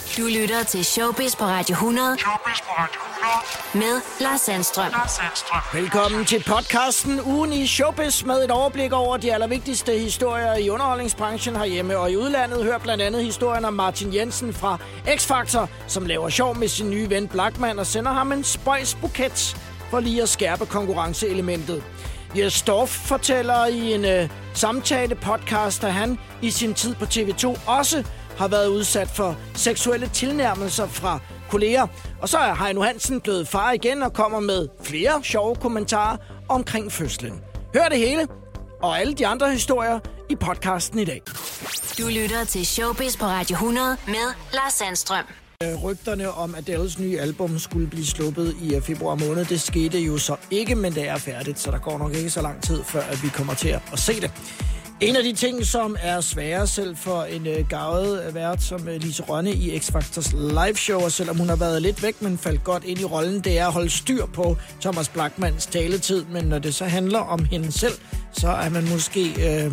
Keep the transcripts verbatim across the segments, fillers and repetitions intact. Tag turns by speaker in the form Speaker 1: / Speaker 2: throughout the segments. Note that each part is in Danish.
Speaker 1: Du lytter til Showbiz på Radio hundrede.
Speaker 2: Showbiz på Radio hundrede.
Speaker 1: Med Lars Sandstrøm.
Speaker 2: Lars Sandstrøm.
Speaker 3: Velkommen til podcasten Ugen i Showbiz med et overblik over de allervigtigste historier i underholdningsbranchen herhjemme og i udlandet. Hør blandt andet historien om Martin Jensen fra X-Factor, som laver sjov med sin nye ven Blachman og sender ham en spøjsbuket for lige at skærpe konkurrenceelementet. Jes Dorph fortæller i en øh, samtale-podcast, at han i sin tid på T V to også har været udsat for seksuelle tilnærmelser fra kolleger. Og så er Heino Hansen blevet far igen og kommer med flere sjove kommentarer omkring fødslen. Hør det hele og alle de andre historier i podcasten i dag.
Speaker 1: Du lytter til Showbiz på Radio hundrede med Lars Sandstrøm.
Speaker 3: Rygterne om Adele's nye album skulle blive sluppet i februar måned, det skete jo så ikke, men det er færdigt, så der går nok ikke så lang tid, før at vi kommer til at se det. En af de ting, som er svære selv for en øh, gavet vært som øh, Lise Rønne i X-Factors liveshow, og selvom hun har været lidt væk, men faldt godt ind i rollen, det er at holde styr på Thomas Blachmans taletid. Men når det så handler om hende selv, så er man måske øh,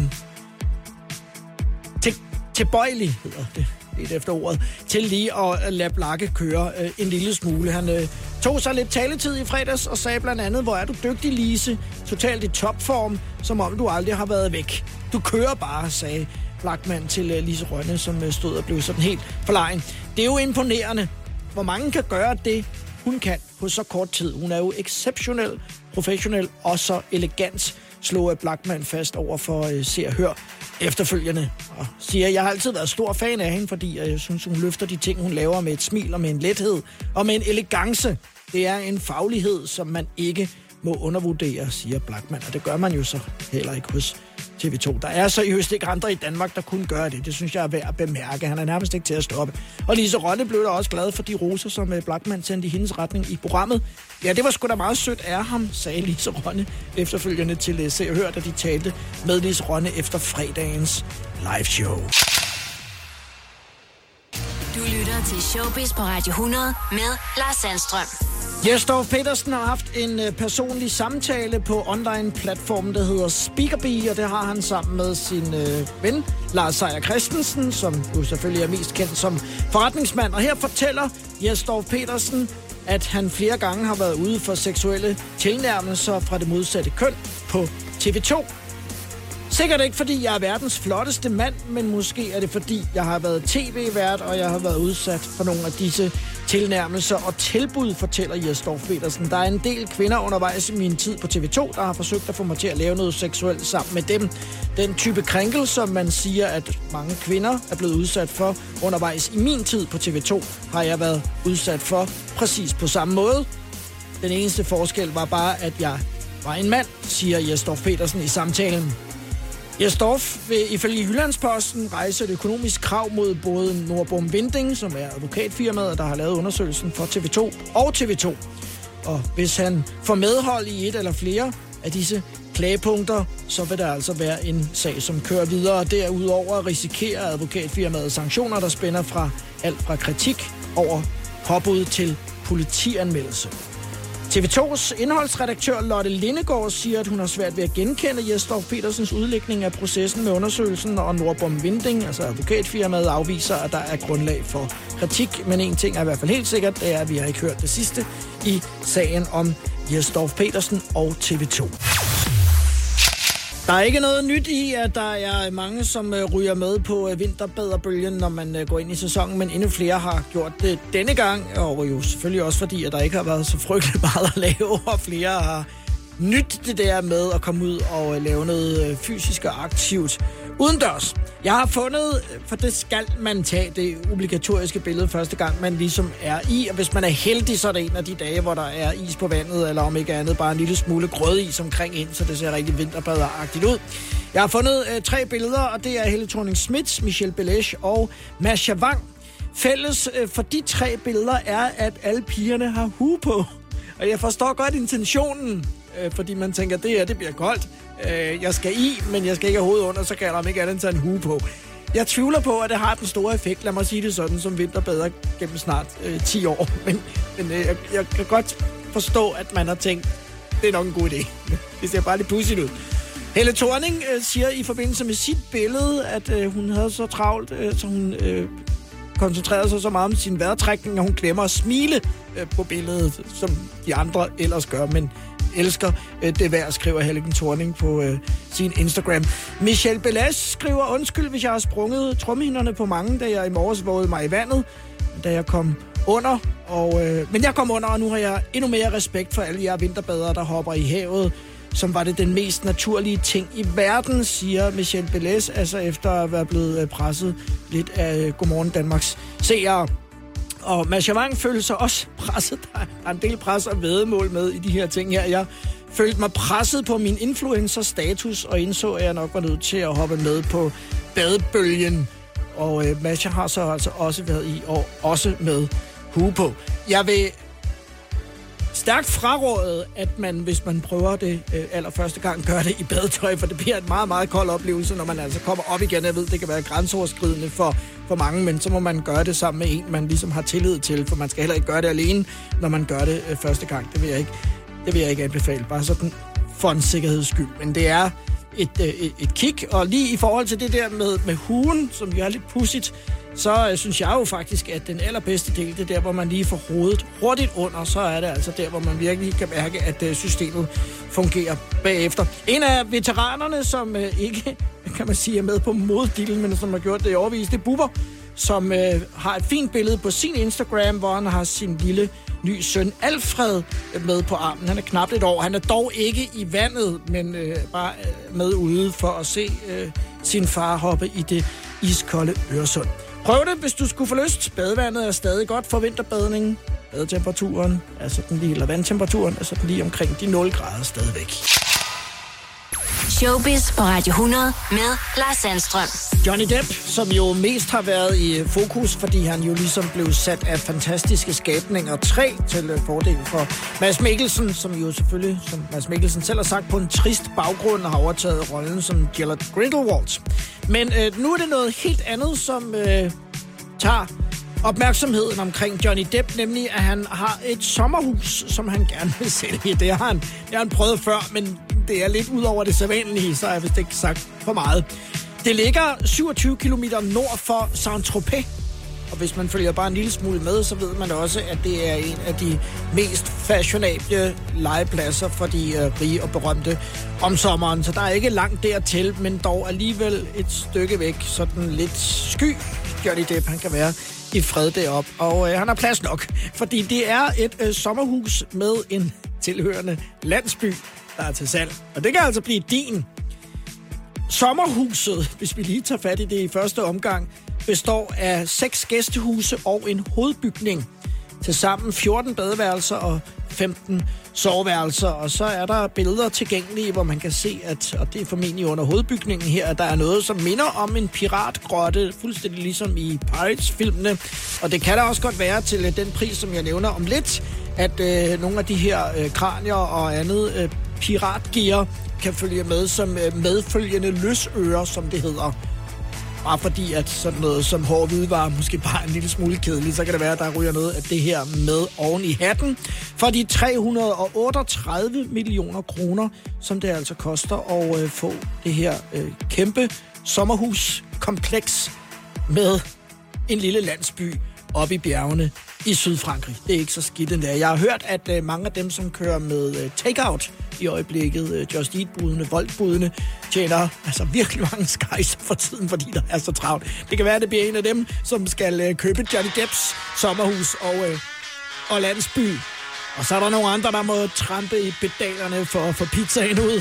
Speaker 3: til, tilbøjelig, hedder det lidt efter ordet, til lige at lade Blakke køre øh, en lille smule. Han øh, tog sig lidt taletid i fredags og sagde blandt andet, hvor er du dygtig, Lise, totalt i topform, som om du aldrig har været væk. Du kører bare, sagde Blachman til uh, Lise Rønne, som uh, stod og blev sådan helt forlegen. Det er jo imponerende, hvor mange kan gøre det, hun kan på så kort tid. Hun er jo exceptionel, professionel og så elegant, slog uh, Blachman fast over for uh, Se og Hør efterfølgende. Og siger, jeg har altid været stor fan af hende, fordi uh, jeg synes, hun løfter de ting, hun laver med et smil og med en lethed og med en elegance. Det er en faglighed, som man ikke må undervurdere, siger Blachman, og det gør man jo så heller ikke hos T V to. Der er seriøst ikke andre i Danmark, der kunne gøre det. Det synes jeg er værd at bemærke. Han er nærmest ikke til at stoppe. Og Lise Rønne blev da også glad for de roser, som Blachman sendte i hendes retning i programmet. Ja, det var sgu da meget sødt af ham, sagde Lise Rønne efterfølgende til Se og Hør, da de talte med Lise Rønne efter fredagens liveshow.
Speaker 1: Du lytter til Showbiz på Radio hundrede med Lars Sandstrøm.
Speaker 3: Jes Dorph Petersen har haft en personlig samtale på online-platformen, der hedder Speakerbee, og det har han sammen med sin øh, ven, Lars Seier Christensen, som jo selvfølgelig er mest kendt som forretningsmand. Og her fortæller Jes Dorph Petersen, at han flere gange har været ude for seksuelle tilnærmelser fra det modsatte køn på T V to. Sikkert ikke, fordi jeg er verdens flotteste mand, men måske er det, fordi jeg har været tv-vært, og jeg har været udsat for nogle af disse tilnærmelser og tilbud, fortæller Jes Dorph Petersen. Der er en del kvinder undervejs i min tid på T V to, der har forsøgt at få mig til at lave noget seksuelt sammen med dem. Den type krænkel, som man siger, at mange kvinder er blevet udsat for undervejs i min tid på T V to, har jeg været udsat for præcis på samme måde. Den eneste forskel var bare, at jeg var en mand, siger Jes Dorph Petersen i samtalen. Jes Dorph vil ifølge Jyllandsposten rejse et økonomisk krav mod både Norbom Winding, som er advokatfirmaet, der har lavet undersøgelsen for T V to, og T V to. Og hvis han får medhold i et eller flere af disse klagepunkter, så vil der altså være en sag, som kører videre. Derudover risikerer advokatfirmaet sanktioner, der spænder fra alt fra kritik over påbud til politianmeldelse. T V tos indholdsredaktør Lotte Lindegaard siger, at hun har svært ved at genkende Jes Dorph Petersens udlægning af processen med undersøgelsen, og Norbom Winding, altså advokatfirmaet, afviser, at der er grundlag for kritik. Men en ting er i hvert fald helt sikkert, det er, at vi har ikke hørt det sidste i sagen om Jes Dorph Petersen og T V to. Der er ikke noget nyt i, at der er mange, som ryger med på vinterbaderbølgen, når man går ind i sæsonen, men endnu flere har gjort det denne gang, og jo selvfølgelig også fordi, at der ikke har været så frygtelig meget at lave, og flere har nyt det der med at komme ud og lave noget fysisk og aktivt udendørs. Jeg har fundet, for det skal man tage, det obligatoriske billede første gang, man ligesom er i. Og hvis man er heldig, så er det en af de dage, hvor der er is på vandet, eller om ikke andet, bare en lille smule grødis omkring ind, så det ser rigtig vinterbaderagtigt ud. Jeg har fundet øh, tre billeder, og det er Helle Thorning-Schmidt, Michelle Bellèche og Masha Wang. Fælles øh, for de tre billeder er, at alle pigerne har hue på. Og jeg forstår godt intentionen, øh, fordi man tænker, det her, det bliver koldt. Øh, jeg skal i, men jeg skal ikke have hovedet under, så kan jeg ikke andet tage en hue på. Jeg tvivler på, at det har den store effekt, lad mig sige det sådan, som vinterbader gennem snart øh, ti år. Men, men øh, jeg, jeg kan godt forstå, at man har tænkt, det er nok en god idé. Det ser bare lidt pudsigt ud. Helle Thorning øh, siger i forbindelse med sit billede, at øh, hun havde så travlt, øh, så hun øh, koncentrerer sig så meget om sin vejrtrækning, at hun glemmer at smile øh, på billedet, som de andre ellers gør, men elsker øh, det værd, skriver Helgen Thorning på øh, sin Instagram. Michelle Belas skriver, undskyld, hvis jeg har sprunget tromhinderne på mange, da jeg i morges vågede mig i vandet, da jeg kom under. Og, øh, men jeg kom under, og nu har jeg endnu mere respekt for alle jer vinterbadere, der hopper i havet, som var det den mest naturlige ting i verden, siger Michelle Belas, altså efter at være blevet øh, presset lidt af øh, Godmorgen Danmarks seere. Og Mads Javang følte sig også presset. Der er en del pres og væddemål med i de her ting her. Jeg følte mig presset på min influencer-status, og indså, at jeg nok var nødt til at hoppe med på badebølgen. Og øh, Mads har så altså også været i, og også med hue på. Jeg vil stærkt fraråde, at man, hvis man prøver det øh, allerførste gang, gør det i badetøj, for det bliver en meget, meget kold oplevelse, når man altså kommer op igen. Jeg ved, det kan være grænseoverskridende for, for mange, men så må man gøre det sammen med en, man ligesom har tillid til, for man skal heller ikke gøre det alene, når man gør det øh, første gang. Det vil jeg ikke, det vil jeg ikke anbefale, bare sådan for en sikkerheds skyld. Men det er et, øh, et, et kig, og lige i forhold til det der med, med huen, som jo er lidt pudsigt, så øh, synes jeg jo faktisk, at den allerbedste del, det er der, hvor man lige får hovedet hurtigt under, så er det altså der, hvor man virkelig kan mærke, at øh, systemet fungerer bagefter. En af veteranerne, som øh, ikke, kan man sige, er med på moddelen, men som har gjort det i overvis, det er Bubber, som øh, har et fint billede på sin Instagram, hvor han har sin lille ny søn Alfred med på armen. Han er knap et år. Han er dog ikke i vandet, men øh, bare øh, med ude for at se øh, sin far hoppe i det iskolde Øresund. Prøv det, hvis du skulle få lyst. Badevandet er stadig godt for vinterbadningen. Badetemperaturen er sådan lige, eller vandtemperaturen er sådan lige omkring de nul grader stadigvæk.
Speaker 1: Showbiz på Radio hundrede med Lars Sandstrøm.
Speaker 3: Johnny Depp, som jo mest har været i fokus, fordi han jo ligesom blev sat af fantastiske skabninger tre til fordel for Mads Mikkelsen, som jo selvfølgelig, som Mads Mikkelsen selv har sagt, på en trist baggrund har overtaget rollen som Gellert Grindelwald. Men øh, nu er det noget helt andet, som øh, tager opmærksomheden omkring Johnny Depp, nemlig at han har et sommerhus, som han gerne vil sælge. Det har han, det har han prøvet før, men det er lidt ud over det sædvanlige, så har jeg vist ikke sagt for meget. Det ligger syvogtyve kilometer nord for Saint-Tropez, og hvis man følger bare en lille smule med, så ved man også, at det er en af de mest fashionable legepladser for de uh, rige og berømte om sommeren. Så der er ikke langt dertil, men dog alligevel et stykke væk, sådan lidt sky. Johnny Depp, han kan være i fred deroppe, og øh, han har plads nok, fordi det er et øh, sommerhus med en tilhørende landsby, der er til salg. Og det kan altså blive din. Sommerhuset, hvis vi lige tager fat i det i første omgang, består af seks gæstehuse og en hovedbygning. Tilsammen fjorten badeværelser og femten soveværelser, og så er der billeder tilgængelige, hvor man kan se, at, og det er formentlig under hovedbygningen her, at der er noget, som minder om en piratgrotte, fuldstændig ligesom i Pirates-filmene. Og det kan da også godt være til den pris, som jeg nævner om lidt, at øh, nogle af de her øh, kranier og andet øh, piratgear kan følge med som øh, medfølgende løsører, som det hedder. Bare fordi, at sådan noget som hård hvidevare måske bare en lille smule kedeligt, så kan det være, at der ryger noget af det her med oven i hatten. For de tre hundrede og otteogtredive millioner kroner, som det altså koster at øh, få det her øh, kæmpe sommerhuskompleks med en lille landsby oppe i bjergene i Sydfrankrig. Det er ikke så skidt endda. Jeg har hørt, at øh, mange af dem, som kører med øh, takeout i øjeblikket, øh, Just Eat-budene, Volt-budene, tjener altså virkelig mange skejser for tiden, fordi der er så travlt. Det kan være, at det bliver en af dem, som skal øh, købe Johnny Depps sommerhus og, øh, og landsby. Og så er der nogle andre, der må trampe i pedalerne for at få pizzaen ud.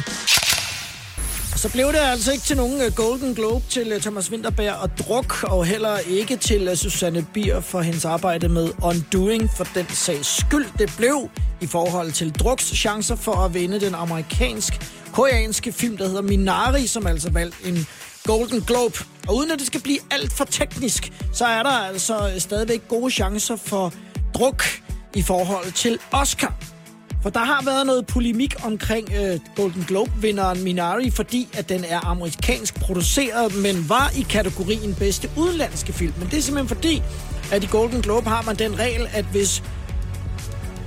Speaker 3: Så blev det altså ikke til nogen Golden Globe til Thomas Vinterberg og Druk, og heller ikke til Susanne Bier for hendes arbejde med Undoing for den sags skyld. Det blev i forhold til Druks chancer for at vinde den amerikansk-koreanske film, der hedder Minari, som altså valgte en Golden Globe. Og uden at det skal blive alt for teknisk, så er der altså stadigvæk gode chancer for Druk i forhold til Oscar. For der har været noget polemik omkring øh, Golden Globe-vinderen Minari, fordi at den er amerikansk produceret, men var i kategorien bedste udenlandske film. Men det er simpelthen fordi, at i Golden Globe har man den regel, at hvis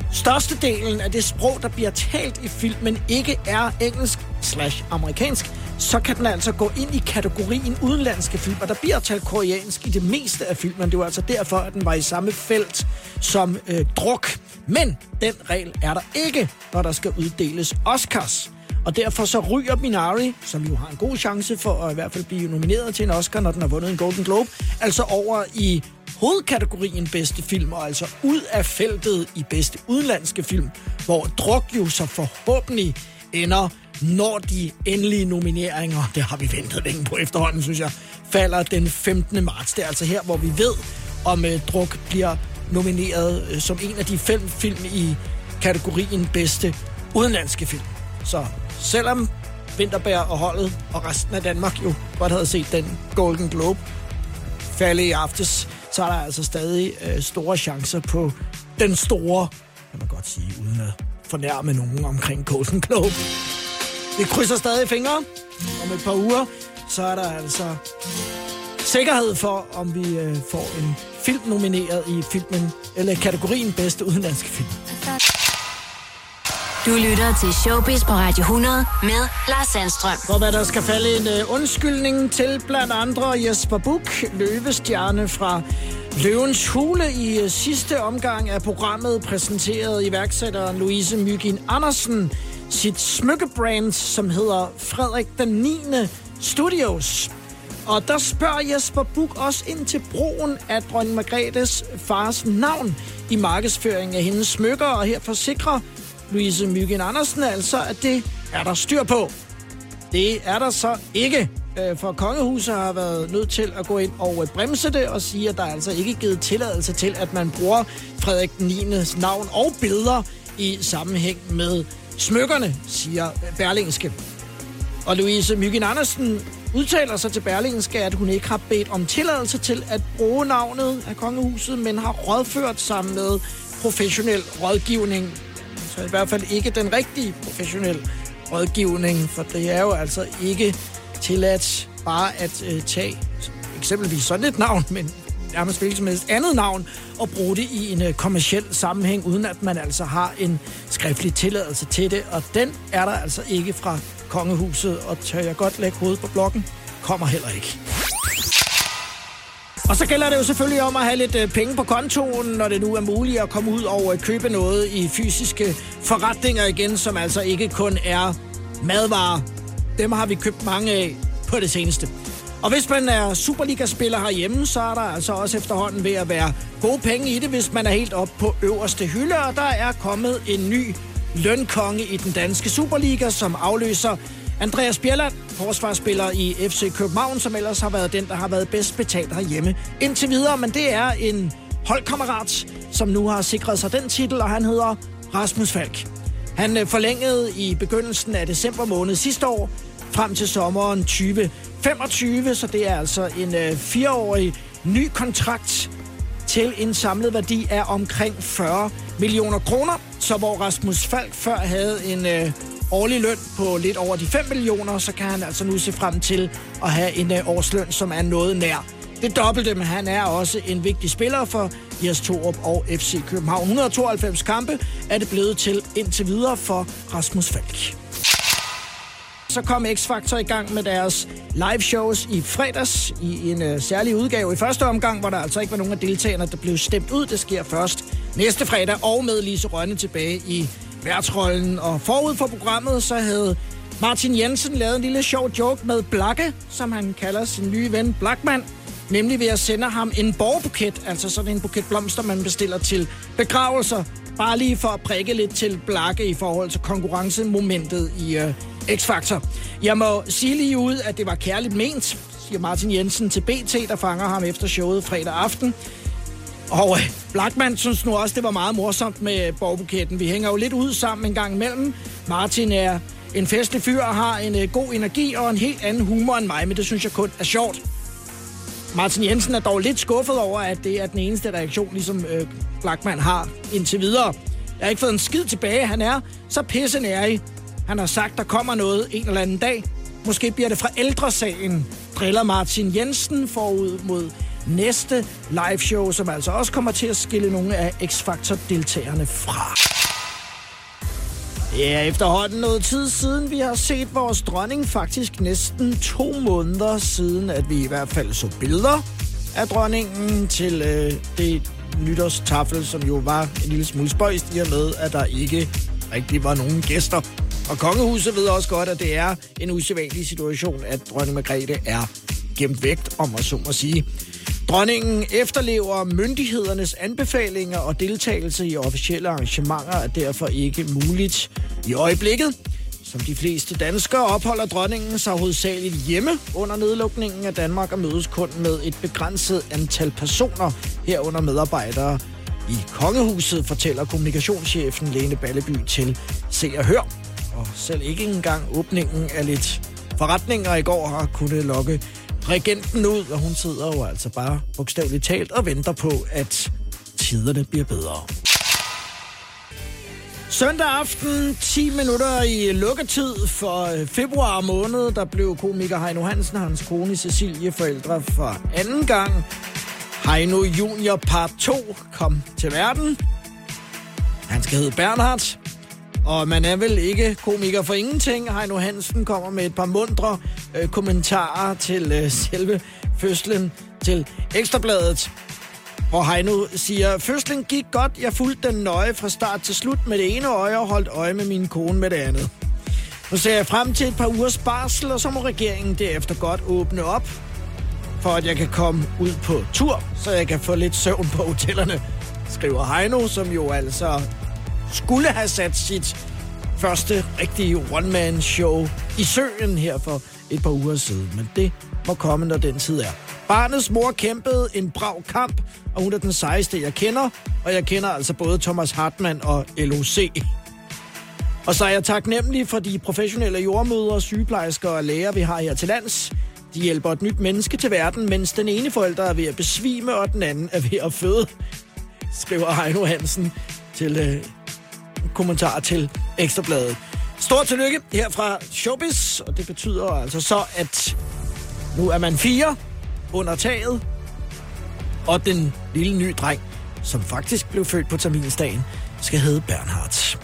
Speaker 3: størstedelen af det sprog, der bliver talt i filmen, ikke er engelsk slash amerikansk, så kan den altså gå ind i kategorien udenlandske film, og der bliver talt koreansk i det meste af filmen. Det var altså derfor, at den var i samme felt som øh, druk. Men den regel er der ikke, når der skal uddeles Oscars. Og derfor så ryger Minari, som jo har en god chance for at i hvert fald blive nomineret til en Oscar, når den har vundet en Golden Globe, altså over i hovedkategorien bedste film, og altså ud af feltet i bedste udenlandske film, hvor druk jo så forhåbentlig ender, når de endelige nomineringer, det har vi ventet længe på efterhånden, synes jeg, falder den femtende marts. Det er altså her, hvor vi ved, om uh, druk bliver nomineret uh, som en af de fem film i kategorien bedste udenlandske film. Så selvom Vinterberg og holdet og resten af Danmark jo godt havde set den Golden Globe falde i aftes, så er der altså stadig uh, store chancer på den store, kan man godt sige, uden at fornærme nogen omkring Golden Globe. Vi krydser stadig fingre. Om et par uger, så er der altså sikkerhed for, om vi øh, får en film nomineret i filmen, eller kategorien bedste udenlandske film.
Speaker 1: Du lytter til Showbiz på Radio hundrede med Lars Sandstrøm.
Speaker 3: For hvad der skal falde en uh, undskyldning til blandt andre Jesper Buch, løvestjerne fra Løvens Hule. I uh, sidste omgang af programmet præsenterede iværksætteren Louise Mygin Andersen sit smykkebrand, som hedder Frederik den niende Studios. Og der spørger Jesper Buch også ind til brugen af dronning Margrethes fars navn i markedsføringen af hendes smykker, og her forsikrer Louise Mygin Andersen altså, at det er der styr på. Det er der så ikke, for kongehuset har været nødt til at gå ind og bremse det og sige, at der er altså ikke givet tilladelse til, at man bruger Frederik den niendes navn og billeder i sammenhæng med smykkerne, siger Berlingske. Og Louise Mygin Andersen udtaler sig til Berlingske, at hun ikke har bedt om tilladelse til at bruge navnet af kongehuset, men har rådført sig med professionel rådgivning. Så i hvert fald ikke den rigtige professionelle rådgivning, for det er jo altså ikke tilladt bare at øh, tage eksempelvis sådan et navn, men nærmest hvilket som helst andet navn, og bruge det i en øh, kommerciel sammenhæng, uden at man altså har en skriftlig tilladelse til det, og den er der altså ikke fra kongehuset, og tør jeg godt lægge hovedet på blokken, kommer heller ikke. Og så gælder det jo selvfølgelig om at have lidt øh, penge på kontoen, når det nu er muligt at komme ud og øh, købe noget i fysiske forretninger igen, som altså ikke kun er madvarer. Dem har vi købt mange af på det seneste. Og hvis man er Superliga-spiller herhjemme, så er der altså også efterhånden ved at være gode penge i det, hvis man er helt op på øverste hylde. Og der er kommet en ny lønkonge i den danske Superliga, som afløser Andreas Bjelland, forsvarsspiller i F C København, som ellers har været den, der har været bedst betalt herhjemme indtil videre. Men det er en holdkammerat, som nu har sikret sig den titel, og han hedder Rasmus Falk. Han forlængede i begyndelsen af december måned sidste år, frem til sommeren tyve femogtyve, så det er altså en øh, fireårig ny kontrakt til en samlet værdi af omkring fyrre millioner kroner. Så hvor Rasmus Falk før havde en øh, årlig løn på lidt over de fem millioner, så kan han altså nu se frem til at have en øh, årsløn, som er noget nær det dobbelte, men han er også en vigtig spiller for Jes Torup og F C København. et hundrede og tooghalvfems kampe er det blevet til indtil videre for Rasmus Falk. Så kom X-Factor i gang med deres live shows i fredags i en uh, særlig udgave i første omgang, hvor der altså ikke var nogen af deltagerne, der blev stemt ud. Det sker først næste fredag, og med Lise Rønne tilbage i værtsrollen. Og forud for programmet, så havde Martin Jensen lavet en lille sjov joke med Blakke, som han kalder sin nye ven Blackman, nemlig ved at sende ham en borgerbuket, altså sådan en buket blomster, man bestiller til begravelser, bare lige for at prikke lidt til Blakke i forhold til konkurrencemomentet i uh, X-Factor. Jeg må sige lige ud, at det var kærligt ment, siger Martin Jensen til B T, der fanger ham efter showet fredag aften. Og uh, Blackman synes nu også, det var meget morsomt med borgerbuketten. Vi hænger jo lidt ud sammen en gang imellem. Martin er en festlig fyr og har en uh, god energi og en helt anden humor end mig, men det synes jeg kun er sjovt. Martin Jensen er dog lidt skuffet over, at det er den eneste reaktion, ligesom øh, Blackman har indtil videre. Jeg har ikke fået en skid tilbage. Han er så pissenærig. Han har sagt, der kommer noget en eller anden dag. Måske bliver det fra ældresagen, driller Martin Jensen forud mod næste liveshow, som altså også kommer til at skille nogle af X-Factor-deltagerne fra. Ja, efterhånden noget tid siden, vi har set vores dronning, faktisk næsten to måneder siden, at vi i hvert fald så billeder af dronningen til øh, det nytårstafel, som jo var en lille smule spøjst i og med, at der ikke rigtig var nogen gæster. Og kongehuset ved også godt, at det er en usædvanlig situation, at dronning Margrethe er gemt væk, om at så må sige. Dronningen efterlever myndighedernes anbefalinger, og deltagelse i officielle arrangementer er derfor ikke muligt i øjeblikket. Som de fleste danskere opholder dronningen sig hovedsageligt hjemme under nedlukningen af Danmark og mødes kun med et begrænset antal personer, herunder medarbejdere i kongehuset, fortæller kommunikationschefen Lene Balleby til Se og Hør. Og selv ikke engang åbningen af lidt forretninger i går har kunnet lokke regenten ud, og hun sidder jo altså bare bogstaveligt talt og venter på, at tiderne bliver bedre. Søndag aften, ti minutter i lukketid for februar måned, der blev komiker Heino Hansen og hans kone Cecilie forældre for anden gang. Heino Junior Part to kom til verden. Han skal hedde Bernhard. Og man er vel ikke komiker for ingenting. Heino Hansen kommer med et par mundre øh, kommentarer til øh, selve fødslen til Ekstrabladet. Og Heino siger, fødslen gik godt. Jeg fulgte den nøje fra start til slut med det ene øje og holdt øje med min kone med det andet. Nu ser jeg frem til et par ugers barsel, og så må regeringen derefter godt åbne op, for at jeg kan komme ud på tur, så jeg kan få lidt søvn på hotellerne, skriver Heino, som jo altså skulle have sat sit første rigtige one-man-show i søen her for et par uger siden. Men det må komme, når den tid er. Barnets mor kæmpede en brav kamp, og hun er den sejeste, jeg kender. Og jeg kender altså både Thomas Hartmann og L O C. Og så er jeg taknemmelig for de professionelle jordmødre, sygeplejersker og læger, vi har her til lands. De hjælper et nyt menneske til verden, mens den ene forælder er ved at besvime, og den anden er ved at føde, skriver Heino Hansen til øh, kommentar til Ekstrabladet. Stort tillykke her fra Showbiz, og det betyder altså så, at nu er man fire under taget, og den lille nye dreng, som faktisk blev født på terminsdagen, skal hedde Bernhard.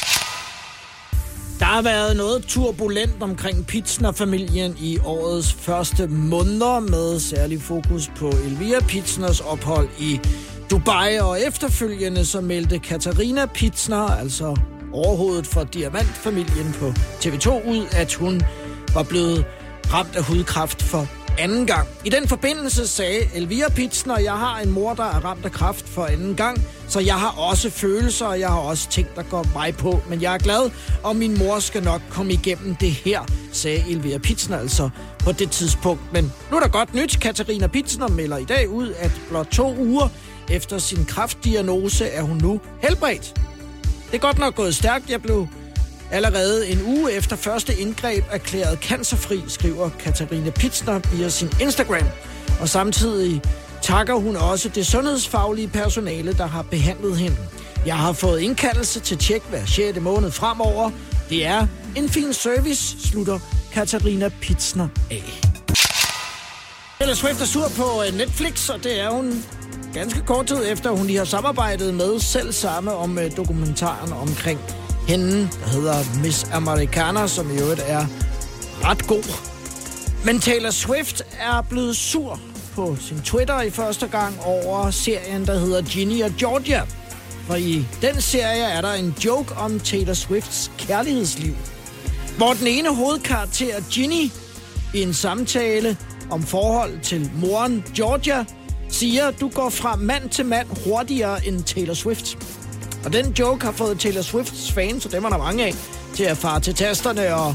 Speaker 3: Der har været noget turbulent omkring Pietzner-familien i årets første måneder, med særlig fokus på Elvira Pietzners ophold i Dubai, og efterfølgende så meldte Katarina Pietzner, altså overhovedet for Diamant-familien på T V to, ud, at hun var blevet ramt af hudkræft for anden gang. I den forbindelse sagde Elvira Pietzner, jeg har en mor, der er ramt af kræft for anden gang, så jeg har også følelser, og jeg har også ting, der går mig på, men jeg er glad, og min mor skal nok komme igennem det her, sagde Elvira Pietzner altså på det tidspunkt. Men nu er der godt nyt. Katarina Pietzner melder i dag ud, at blot to uger efter sin kræftdiagnose er hun nu helbredt. Det er godt nok gået stærkt. Jeg blev allerede en uge efter første indgreb erklæret cancerfri, skriver Katarina Pietzner via sin Instagram. Og samtidig takker hun også det sundhedsfaglige personale, der har behandlet hende. Jeg har fået indkaldelse til tjek hver sjette måned fremover. Det er en fin service, slutter Katarina Pietzner af. Taylor Swift er sur på Netflix, og det er hun ganske kort tid efter, hun lige har samarbejdet med selv samme om dokumentaren omkring hende, der hedder Miss Americana, som i øvrigt er ret god. Men Taylor Swift er blevet sur på sin Twitter i første gang over serien, der hedder Ginny og Georgia. For i den serie er der en joke om Taylor Swifts kærlighedsliv, hvor den ene hovedkarakter, Ginny, i en samtale om forhold til moren Georgia, siger, du går fra mand til mand hurtigere end Taylor Swift. Og den joke har fået Taylor Swifts fans, og dem er der mange af, til at fare til tasterne og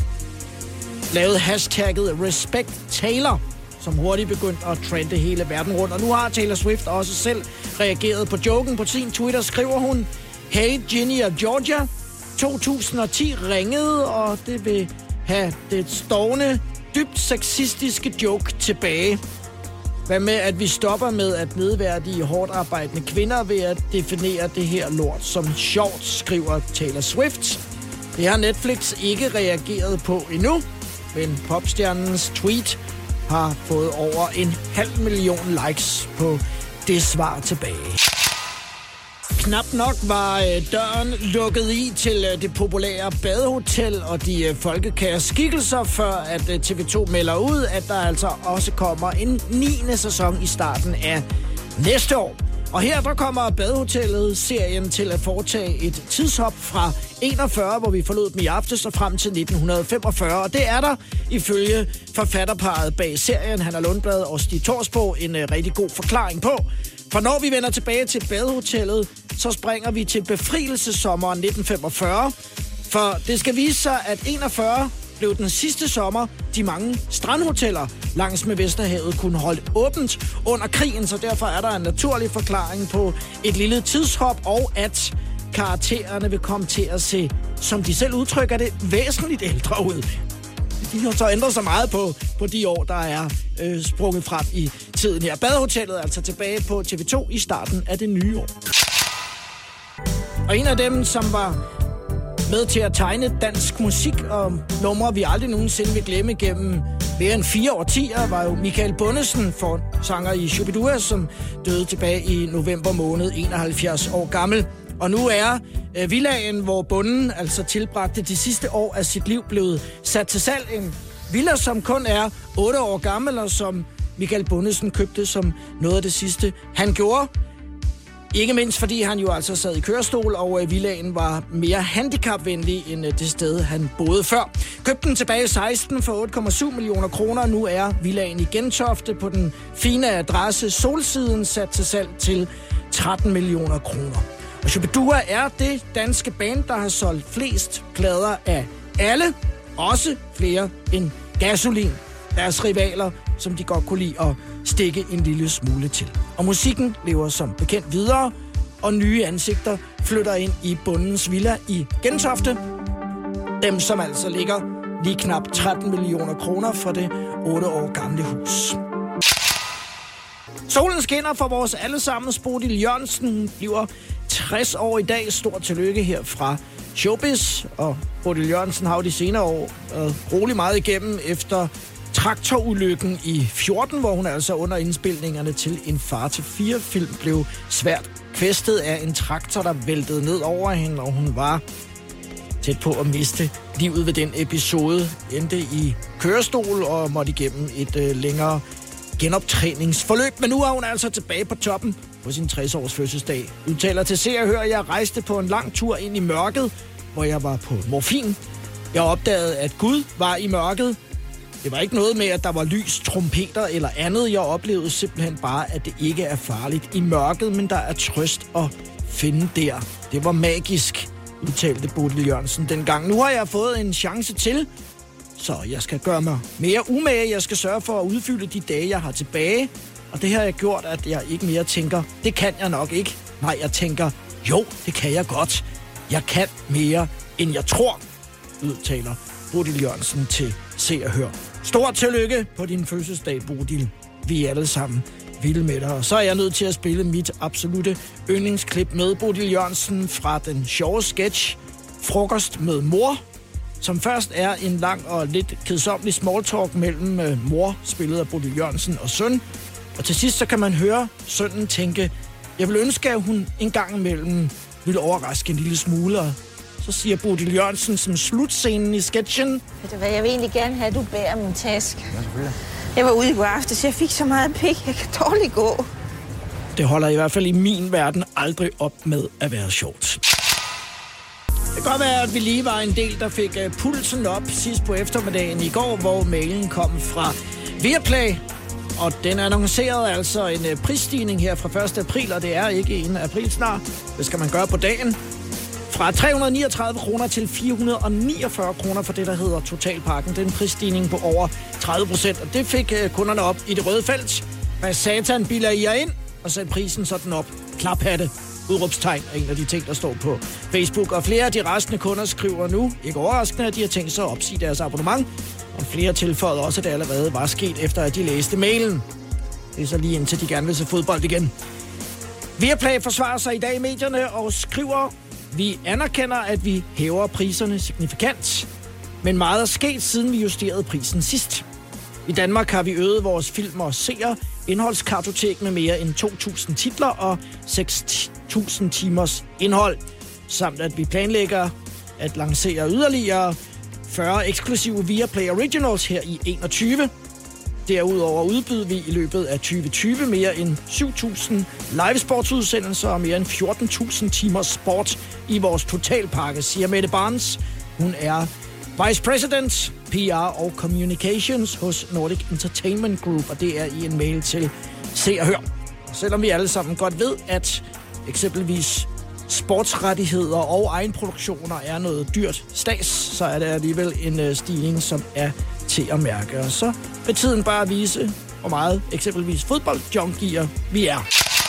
Speaker 3: lavet hashtagget Respect Taylor, som hurtigt begyndte at trende hele verden rundt. Og nu har Taylor Swift også selv reageret på joken. På sin Twitter skriver hun, hey Ginny og Georgia, to tusind og ti ringede, og det vil have det stående, dybt sexistiske joke tilbage. Hvad med, at vi stopper med at nedværdige hårdt arbejdende kvinder ved at definere det her lort som sjovt, skriver Taylor Swift. Det har Netflix ikke reageret på endnu, men popstjernens tweet har fået over en halv million likes på det svar tilbage. Knap nok var døren lukket i til det populære badehotel og de folkekære skikkelser, før at T V to melder ud, at der altså også kommer en niende sæson i starten af næste år. Og her der kommer Badehotellet-serien til at foretage et tidshop fra enogfyrre, hvor vi forlod dem i aftes, og frem til nitten femogfyrre. Og det er der ifølge forfatterparet bag serien, Hanna Lundblad og Stig Torsbo, en uh, rigtig god forklaring på. For når vi vender tilbage til Badehotellet, så springer vi til befrielsessommeren nitten femogfyrre. For det skal vise sig, at enogfyrre blev den sidste sommer, de mange strandhoteller langs med Vesterhavet kunne holde åbent under krigen, så derfor er der en naturlig forklaring på et lille tidshop, og at karaktererne vil komme til at se, som de selv udtrykker det, væsentligt ældre ud. De har så ændret sig meget på, på de år, der er øh, sprunget frem i tiden her. Badehotellet er altså tilbage på T V to i starten af det nye år. Og en af dem, som var med til at tegne dansk musik og numre, vi aldrig nogensinde vil glemme gennem mere end fire årtier, var jo Michael Bundesen, for sanger i Shubidua, som døde tilbage i november måned, enoghalvfjerds år gammel. Og nu er øh, villaen, hvor bonden altså tilbragte de sidste år af sit liv, blevet sat til salg. En villa, som kun er otte år gammel, og som Michael Bundesen købte som noget af det sidste, han gjorde. Ikke mindst fordi han jo altså sad i kørestol, og øh, villaen var mere handicapvenlig end øh, det sted, han boede før. Købte den tilbage i seksten for otte komma syv millioner kroner. Nu er villaen i Gentofte på den fine adresse Solsiden sat til salg til tretten millioner kroner. Og Shubidua er det danske band, der har solgt flest plader af alle, også flere end Gasolin, deres rivaler, som de godt kunne lide at stikke en lille smule til. Og musikken lever som bekendt videre, og nye ansigter flytter ind i bondens villa i Gentofte. Dem, som altså ligger lige knap tretten millioner kroner for det otte år gamle hus. Solen skinner for vores allesammens Bodil Jørgensen, bliver tres år i dag. Stort tillykke her fra Showbiz. Og Bodil Jørgensen har jo de senere år været rolig meget igennem efter traktorulykken i fjorten, hvor hun altså under indspilningerne til en Far til fire film blev svært kvæstet af en traktor, der væltede ned over hende, og hun var tæt på at miste livet ved den episode. Endte i kørestol og måtte igennem et øh, længere genoptræningsforløb, men nu er hun altså tilbage på toppen på sin tres-års fødselsdag. Udtaler til Se og Hør, jeg rejste på en lang tur ind i mørket, hvor jeg var på morfin. Jeg opdagede, at Gud var i mørket. Det var ikke noget med, at der var lys, trompeter eller andet. Jeg oplevede simpelthen bare, at det ikke er farligt i mørket, men der er trøst at finde der. Det var magisk, udtalte Bodil Jørgensen dengang. Nu har jeg fået en chance til, så jeg skal gøre mig mere umage. Jeg skal sørge for at udfylde de dage, jeg har tilbage. Og det har jeg gjort, at jeg ikke mere tænker, det kan jeg nok ikke. Nej, jeg tænker, jo, det kan jeg godt. Jeg kan mere, end jeg tror, udtaler Bodil Jørgensen til Se og Hør. Stort tillykke på din fødselsdag, Bodil. Vi er alle sammen vilde med dig. Og så er jeg nødt til at spille mit absolute yndlingsklip med Bodil Jørgensen fra den sjove sketch Frokost med mor, som først er en lang og lidt kedsommelig smalltalk mellem øh, mor, spillet af Bodil Jørgensen, og søn. Og til sidst så kan man høre sønnen tænke, jeg vil ønske, at hun en gang imellem ville overraske en lille smule. Og så siger Bodil Jørgensen som slutscenen i sketchen:
Speaker 4: Ved du hvad, jeg vil egentlig gerne have, at du bærer min taske. Ja, selvfølgelig. Jeg var ude i går aftes, jeg fik så meget pik, jeg kan dårligt gå.
Speaker 3: Det holder i hvert fald i min verden aldrig op med at være sjovt. Det kan godt være, at vi lige var en del, der fik uh, pulsen op sidst på eftermiddagen i går, hvor mailen kom fra Viaplay. Og den annoncerede altså en uh, prisstigning her fra første april, og det er ikke en april snart. Det skal man gøre på dagen. Fra tre hundrede og niogtredive kroner til fire hundrede og niogfyrre kroner for det, der hedder Totalpakken. Det er en prisstigning på over tredive procent, og det fik uh, kunderne op i det røde felt. Hvad satan bilder I jer ind? Og sætte prisen sådan op. Klaphatte. Udråbstegn er en af de ting, der står på Facebook. Og flere af de restende kunder skriver nu, ikke overraskende, at de har tænkt sig at opsige deres abonnement. Og flere tilføjede også, at det allerede var sket, efter at de læste mailen. Det er så lige indtil de gerne vil se fodbold igen. Viaplay forsvarer sig i dag i medierne og skriver: vi anerkender, at vi hæver priserne signifikant, men meget er sket, siden vi justerede prisen sidst. I Danmark har vi øget vores film- og seer indholdskartotek med mere end to tusind titler og seks tusind timers indhold, samt at vi planlægger at lancere yderligere fyrre eksklusive Viaplay Originals her i enogtyve. Derudover udbyder vi i løbet af tyve tyve mere end syv tusind livesportsudsendelser og mere end fjorten tusind timer sport i vores totalpakke, siger Mette Barnes. Hun er Vice President, P R og Communications hos Nordic Entertainment Group, og det er i en mail til Se og Hør. Selvom vi alle sammen godt ved, at eksempelvis sportsrettigheder og egenproduktioner er noget dyrt stads, så er det alligevel en stigning, som er til at mærke. Og så vil tiden bare vise, hvor meget eksempelvis fodboldjunkier vi er.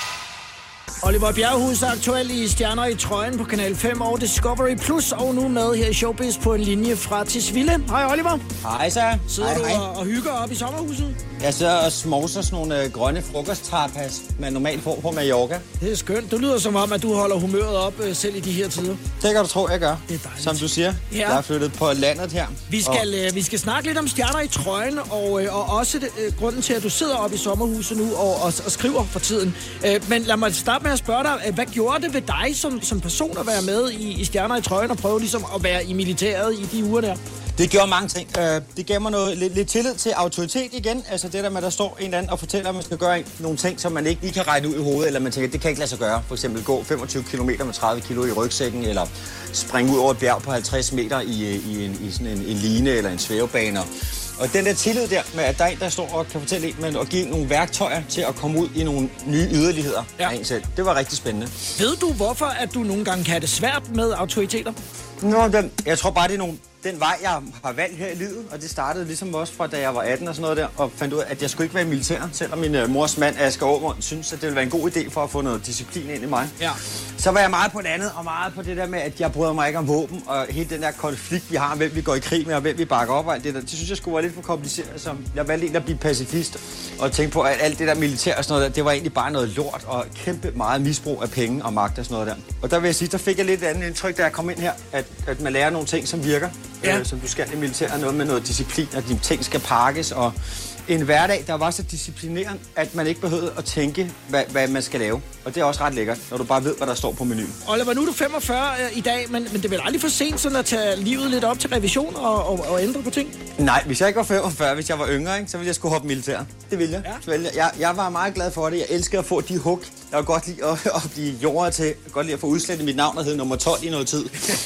Speaker 3: Oliver Bjerrehus er aktuel i Stjerner i trøjen på Kanal fem og Discovery Plus, og nu med her i Showbiz på en linje fra Tisvilde. Hej Oliver.
Speaker 5: Hej så.
Speaker 3: Sidder
Speaker 5: hej,
Speaker 3: du
Speaker 5: hej.
Speaker 3: Og, og hygger op i sommerhuset?
Speaker 5: Jeg sidder og smovser sådan nogle øh, grønne frokosttapas, man normalt får på Mallorca.
Speaker 3: Det er skønt. Du lyder som om, at du holder humøret op øh, selv i de her tider.
Speaker 5: Det kan du tro, jeg gør.
Speaker 3: Det er dejligt.
Speaker 5: Som du siger,
Speaker 3: Ja.
Speaker 5: jeg er flyttet på landet her.
Speaker 3: Vi skal, øh, vi skal snakke lidt om Stjerner i trøjen, og, øh, og også det, øh, grunden til, at du sidder oppe i sommerhuset nu og, og, og skriver for tiden. Øh, men lad mig starte med at spørge dig, øh, hvad gjorde det ved dig som, som person at være med i, i Stjerner i trøjen og prøve ligesom at være i militæret i de uger der?
Speaker 5: Det gjorde mange ting. Det gav mig noget, lidt, lidt tillid til autoritet igen. Altså det der med, at der står en eller anden og fortæller, at man skal gøre nogle ting, som man ikke lige kan regne ud i hovedet, eller man tænker, det kan ikke lade sig gøre. For eksempel gå femogtyve kilometer med tredive kilo i rygsækken, eller springe ud over et bjerg på halvtreds meter i, i, en, i sådan en, en line eller en svævebane. Og den der tillid der med, at der er en, der står og kan fortælle en, men at give nogle værktøjer til at komme ud i nogle nye yderligheder ja. af en selv. Det var rigtig spændende.
Speaker 3: Ved du, hvorfor at du nogle gange kan have det svært med autoriteter?
Speaker 5: Nå, den, jeg tror bare, det er nogle, den vej, jeg har valgt her i livet, og det startede ligesom også fra, da jeg var atten og sådan noget der, og fandt ud af, at jeg skulle ikke være i militær, selvom min uh, mors mand, Asger Aumund, synes, at det ville være en god idé for at få noget disciplin ind i mig. Ja. Så var jeg meget på det andet, og meget på det der med, at jeg bryder mig ikke om våben, og hele den der konflikt, vi har, hvem vi går i krig med, og hvem vi bakker op, og alt det der, det synes jeg skulle være lidt for kompliceret, så jeg valgte egentlig at blive pacifist, og tænke på, at alt det der militær og sådan noget der, det var egentlig bare noget lort, og kæmpe meget misbrug af penge og magt og sådan noget der. Og der vil jeg sige, der fik jeg lidt andet indtryk, da jeg kom ind her, at, at man lærer nogle ting, som virker, ja. øh, som du skal i militæret, noget med noget disciplin, at de ting skal pakkes, og en hverdag, der var så disciplinerende, at man ikke behøvede at tænke, hvad, hvad man skal lave. Og det er også ret lækkert, når du bare ved, hvad der står på menuen. Oliver,
Speaker 3: nu er du femogfyrre øh, i dag, men, men det er vel aldrig for sent sådan at tage livet lidt op til revision og, og, og ændre på ting?
Speaker 5: Nej, hvis jeg ikke var femogfyrre, hvis jeg var yngre, ikke, så ville jeg skulle hoppe militær. Det ville jeg. Ja. jeg. jeg. Jeg var meget glad for det. Jeg elsker at få de hug. Jeg var godt lide at, at blive jordet til. Jeg godt lide at få udslettet mit navn, der hed nummer tolv i noget tid.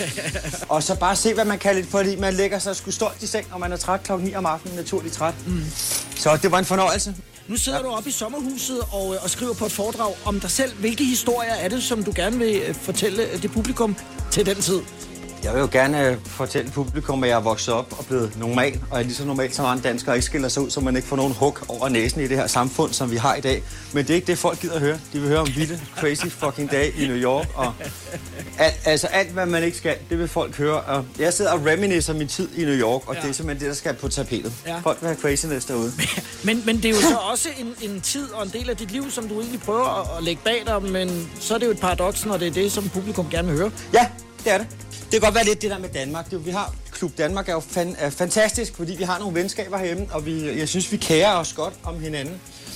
Speaker 5: Og så bare se, hvad man kan lidt, fordi man lægger sig sgu stolt i seng, og man er træt klokken ni om aftenen, naturligt træt. Mm. Så det var en fornøjelse.
Speaker 3: Nu sidder ja. du oppe i sommerhuset og, og skriver på et foredrag om dig selv. Hvilke historier er det, som du gerne vil fortælle det publikum til den tid?
Speaker 5: Jeg vil jo gerne fortælle publikum, at jeg er vokset op og blevet normal, og er lige så normalt som andre danskere, ikke skiller sig ud, så man ikke får nogen hug over næsen i det her samfund, som vi har i dag. Men det er ikke det, folk gider at høre. De vil høre om vilde, crazy fucking dage i New York, og alt, altså alt, hvad man ikke skal, det vil folk høre. Og jeg sidder og reminiscer min tid i New York, og ja. det er simpelthen det, der skal på tapetet. Ja. Folk vil have craziness derude.
Speaker 3: Men, men det er jo så også en, en tid og en del af dit liv, som du egentlig prøver at, at lægge bag dig, men så er det jo et paradoks, når det er det, som publikum gerne vil høre.
Speaker 5: Ja, det er det. Det kan godt være lidt det der med Danmark. Det, vi har Klub Danmark er jo fan, er fantastisk, fordi vi har nogle venskaber herhjemme, og vi, jeg synes, vi kærer os godt om hinanden.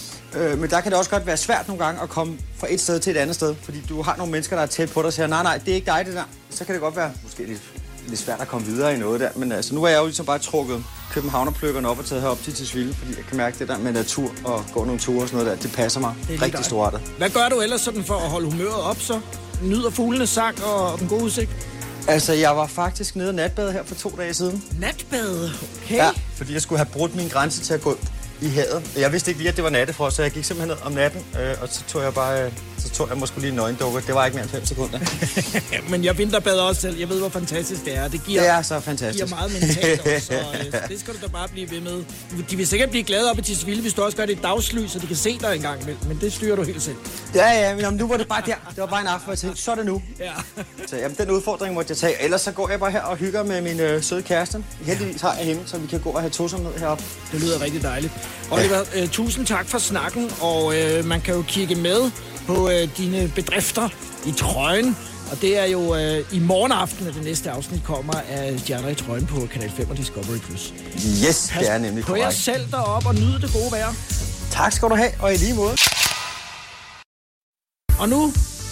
Speaker 5: Øh, men der kan det også godt være svært nogle gange at komme fra et sted til et andet sted, fordi du har nogle mennesker, der er tæt på dig og siger, nej, nej, det er ikke dig, det der. Så kan det godt være måske lidt, lidt svært at komme videre i noget der. Men altså, nu er jeg jo ligesom bare trukket københavnerpløkkerne op og taget herop til Tisvilde, fordi jeg kan mærke det der med natur og gå nogle ture og sådan noget der. Det passer mig det rigtig storartet.
Speaker 3: Hvad gør du ellers sådan for at holde humøret op så? Nyder fuglenes sang og den gode udsigt?
Speaker 5: Altså, jeg var faktisk nede og natbade her for to dage siden.
Speaker 3: Natbade? Okay.
Speaker 5: Ja, fordi jeg skulle have brudt min grænse til at gå i havet. Jeg vidste ikke lige, at det var nattefrost, så jeg gik simpelthen ned om natten, øh, og så tog jeg bare, øh, så tog jeg måske lige en nøgendukke. Det var ikke mere end fem sekunder.
Speaker 3: Men jeg vinterbader også selv. Jeg ved, hvor fantastisk det er. Det giver,
Speaker 5: det er så fantastisk.
Speaker 3: Det giver meget mentalt også, så øh, det skal du da bare blive ved med. De vil sikkert blive glade op i Tisvilde, hvis du også gør det i dagslys, så de kan se dig en gang imellem. Men det styrer du helt selv.
Speaker 5: Ja, ja, men nu var det bare der. Det var bare en aften, hvor jeg tænkte, så er det nu. Ja. Så jamen, den udfordring måtte jeg tage. Ellers så går jeg bare her og hygger med min øh, søde kæreste. Heldigvis har jeg hende, så vi kan gå og have tosomhed heroppe.
Speaker 3: Det lyder rigtig dejligt. Oliver, øh, tusind tak for snakken, og øh, man kan jo kigge med på øh, dine bedrifter i trøjen. Og det er jo øh, i morgen aften, at det næste afsnit kommer af Stjerner i trøjen på Kanal fem og Discovery Plus.
Speaker 5: Yes, det er nemlig korrekt.
Speaker 3: På jer selv derop og nyde det gode vejr.
Speaker 5: Tak skal du have, og i lige måde.
Speaker 3: Og nu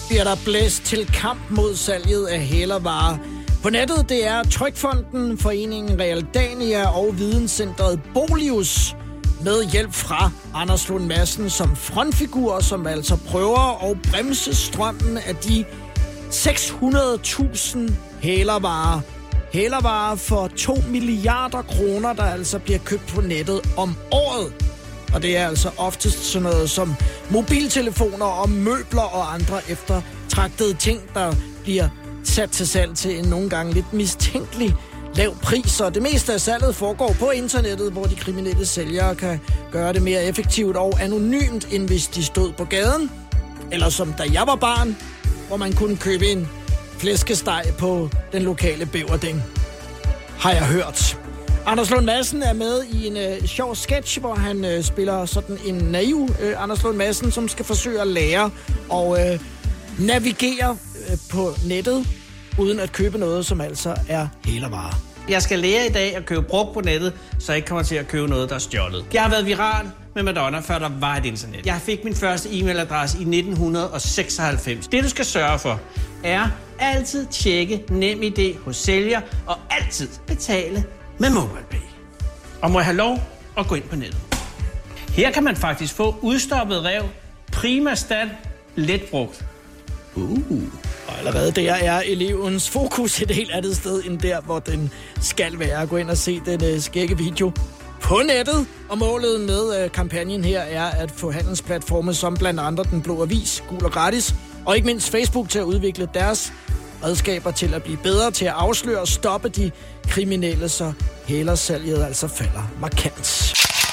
Speaker 3: bliver der blæst til kamp mod salget af hælervarer. På nettet, det er Trygfonden, Foreningen Realdania og Videnscentret Bolius med hjælp fra Anders Lund Madsen som frontfigur, som altså prøver at bremse strømmen af de seks hundrede tusind hælervarer. Hælervarer for to milliarder kroner, der altså bliver købt på nettet om året. Og det er altså oftest sådan noget som mobiltelefoner og møbler og andre eftertragtede ting, der bliver sat til salg til en nogle gange lidt mistænkelig lav pris. Og det meste af salget foregår på internettet, hvor de kriminelle sælgere kan gøre det mere effektivt og anonymt, end hvis de stod på gaden. Eller som da jeg var barn, hvor man kunne købe en flæskesteg på den lokale bæverding. Har jeg hørt. Anders Lund Madsen er med i en øh, sjov sketch, hvor han øh, spiller sådan en naiv øh, Anders Lund Madsen, som skal forsøge at lære og øh, navigere øh, på nettet, uden at købe noget, som altså er hælervarer.
Speaker 6: Jeg skal lære i dag at købe brugt på nettet, så jeg ikke kommer til at købe noget, der er stjålet. Jeg har været viral med Madonna, før der var et internet. Jeg fik min første e-mailadresse i nitten seksoghalvfems. Det, du skal sørge for, er altid tjekke NemID hos sælger og altid betale med MobilePay. Og må jeg have lov at gå ind på nettet. Her kan man faktisk få udstoppet rev, prima stand, let brugt.
Speaker 3: Uh. Og allerede der er elevens fokus et helt andet sted, end der, hvor den skal være. Gå ind og se den uh, skægge video på nettet. Og målet med uh, kampagnen her er at få handelsplatforme som blandt andre Den Blå Avis, Gul og Gratis, og ikke mindst Facebook til at udvikle deres redskaber til at blive bedre til at afsløre og stoppe de kriminelle, så hælersalget altså falder markant.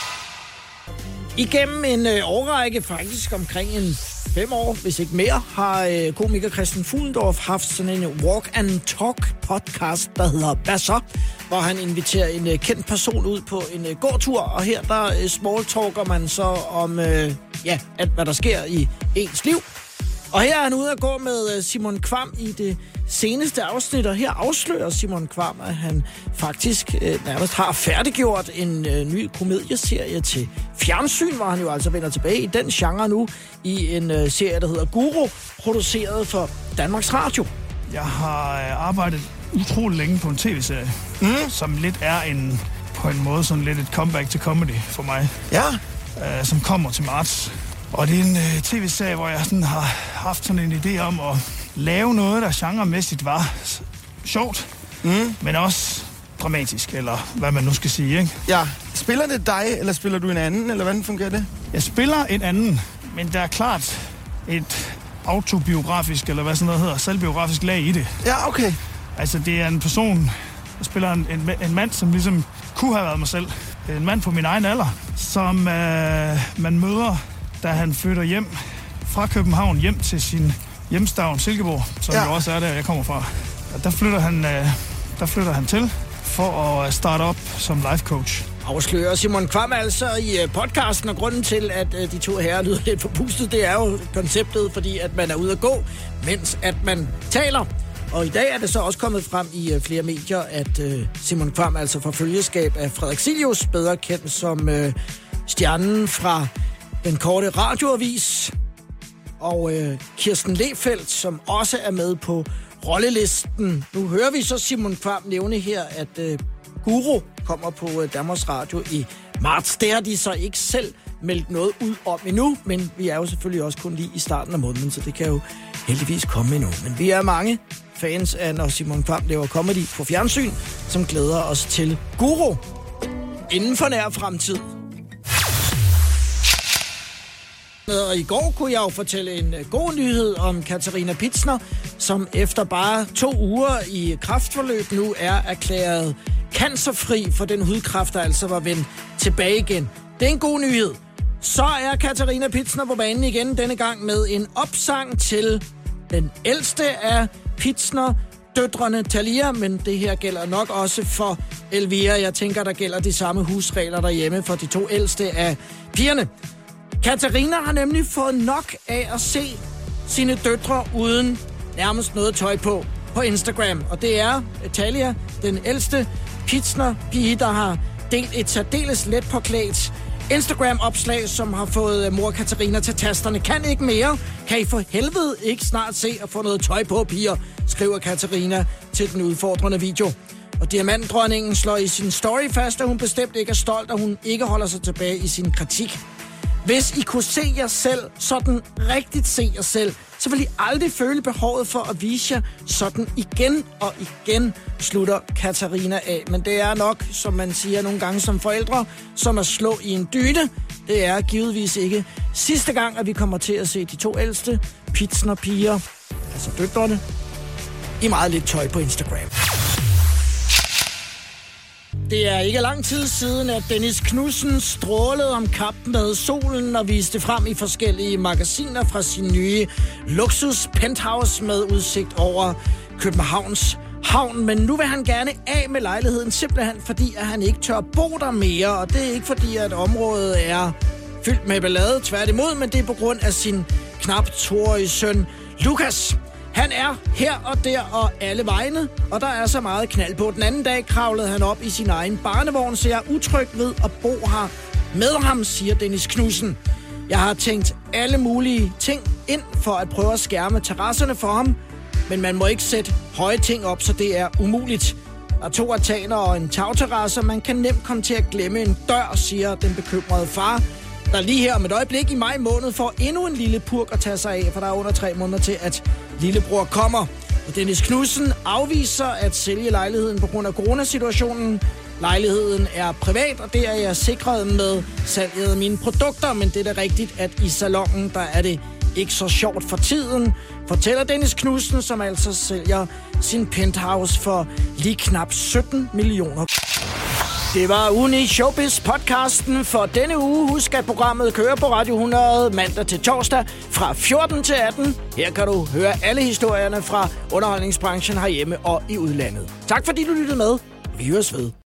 Speaker 3: Igennem en øh, årrække, faktisk omkring en fem år, hvis ikke mere, har øh, komiker Christian Fuhlendorff haft sådan en walk and talk podcast, der hedder Hvad så?, hvor han inviterer en øh, kendt person ud på en øh, gåtur, og her der øh, smalltalker man så om øh, ja, alt, hvad der sker i ens liv. Og her er han ude at gå med Simon Kvam i det seneste afsnit, og her afslører Simon Kvam, at han faktisk øh, nærmest har færdiggjort en øh, ny komedieserie til fjernsyn, hvor han jo altså vender tilbage i den genre nu, i en øh, serie, der hedder Guru, produceret for Danmarks Radio.
Speaker 7: Jeg har arbejdet utrolig længe på en tv-serie, mm. som lidt er en, på en måde sådan lidt et comeback til comedy for mig,
Speaker 8: ja.
Speaker 7: øh, som kommer til marts. Og det er en øh, tv-serie, hvor jeg sådan har haft sådan en idé om at lave noget, der genremæssigt var sjovt, mm. men også dramatisk, eller hvad man nu skal sige, ikke?
Speaker 8: Ja. Spiller det dig, eller spiller du en anden, eller hvordan fungerer det?
Speaker 7: Jeg spiller en anden, men der er klart et autobiografisk, eller hvad sådan noget hedder, selvbiografisk lag i det.
Speaker 8: Ja, okay.
Speaker 7: Altså, det er en person, der spiller en, en, en mand, som ligesom kunne have været mig selv. En mand på min egen alder, som øh, man møder, da han flytter hjem fra København hjem til sin hjemstavn Silkeborg, som ja. jo også er der, jeg kommer fra. Og der flytter han, øh, der flytter han til for at starte op som life coach.
Speaker 3: Afslører Simon Kvam altså i podcasten, og grunden til, at de to herrer lyder lidt forpustet, det er jo konceptet, fordi at man er ude at gå, mens at man taler. Og i dag er det så også kommet frem i flere medier, at Simon Kvam altså får følgeskab af Frederik Silius, bedre kendt som stjernen fra Den Korte Radioavis, og øh, Kirsten Lehfeldt, som også er med på rollelisten. Nu hører vi så Simon Kvam nævne her, at øh, Guru kommer på øh, Danmarks Radio i marts. Det har de så ikke selv meldt noget ud om endnu, men vi er jo selvfølgelig også kun lige i starten af måneden, så det kan jo heldigvis komme endnu. Men vi er mange fans af, når Simon Kvam laver comedy på fjernsyn, som glæder os til Guru inden for nær fremtid. Og i går kunne jeg jo fortælle en god nyhed om Katarina Pitzner, som efter bare to uger i kræftforløb nu er erklæret cancerfri for den hudkræft, der altså var vendt tilbage igen. Det er en god nyhed. Så er Katarina Pitzner på banen igen, denne gang med en opsang til den ældste af Pitzner-døtrene, Thalia, men det her gælder nok også for Elvira. Jeg tænker, der gælder de samme husregler derhjemme for de to ældste af pigerne. Katarina har nemlig fået nok af at se sine døtre uden nærmest noget tøj på på Instagram. Og det er Thalia, den ældste Pitzner-pige, der har delt et særdeles let påklædt Instagram-opslag, som har fået mor Katarina til tasterne. Kan ikke mere. Kan I for helvede ikke snart se at få noget tøj på, piger, skriver Katarina til den udfordrende video. Og diamantdronningen slår i sin story fast, at hun bestemt ikke er stolt, og hun ikke holder sig tilbage i sin kritik. Hvis I kunne se jer selv, sådan rigtigt se jer selv, så vil I aldrig føle behovet for at vise jer sådan igen og igen, slutter Katarina af. Men det er nok, som man siger nogle gange som forældre, som at slå i en dyne. Det er givetvis ikke sidste gang, at vi kommer til at se de to ældste Pitsner-piger, altså døtrene, i meget lidt tøj på Instagram. Det er ikke lang tid siden, at Dennis Knudsen strålede om kap med solen og viste frem i forskellige magasiner fra sin nye luksus penthouse med udsigt over Københavns havn. Men nu vil han gerne af med lejligheden, simpelthen fordi, at han ikke tør bo der mere. Og det er ikke fordi, at området er fyldt med ballade, tværtimod, men det er på grund af sin knap toårige søn Lukas. Han er her og der og alle vegne, og der er så meget knald på. Den anden dag kravlede han op i sin egen barnevogn, så jeg er utryg ved at bo her med ham, siger Dennis Knudsen. Jeg har tænkt alle mulige ting ind for at prøve at skærme terrasserne for ham, men man må ikke sætte høje ting op, så det er umuligt. Der er to altaner og en tagterrasse, og man kan nemt komme til at glemme en dør, siger den bekymrede far, der lige her om et øjeblik i maj måned får endnu en lille purk at tage sig af, for der er under tre måneder til, at lillebror kommer. Og Dennis Knudsen afviser at sælge lejligheden på grund af coronasituationen. Lejligheden er privat, og det er jeg sikret med salget af mine produkter, men det er da rigtigt, at i salongen, der er det ikke så sjovt for tiden, fortæller Dennis Knudsen, som altså sælger sin penthouse for lige knap sytten millioner. Det var ugen i Showbiz-podcasten for denne uge. Husk, at programmet kører på Radio hundrede mandag til torsdag fra fjorten til atten. Her kan du høre alle historierne fra underholdningsbranchen herhjemme og i udlandet. Tak fordi du lyttede med. Vi høres ved.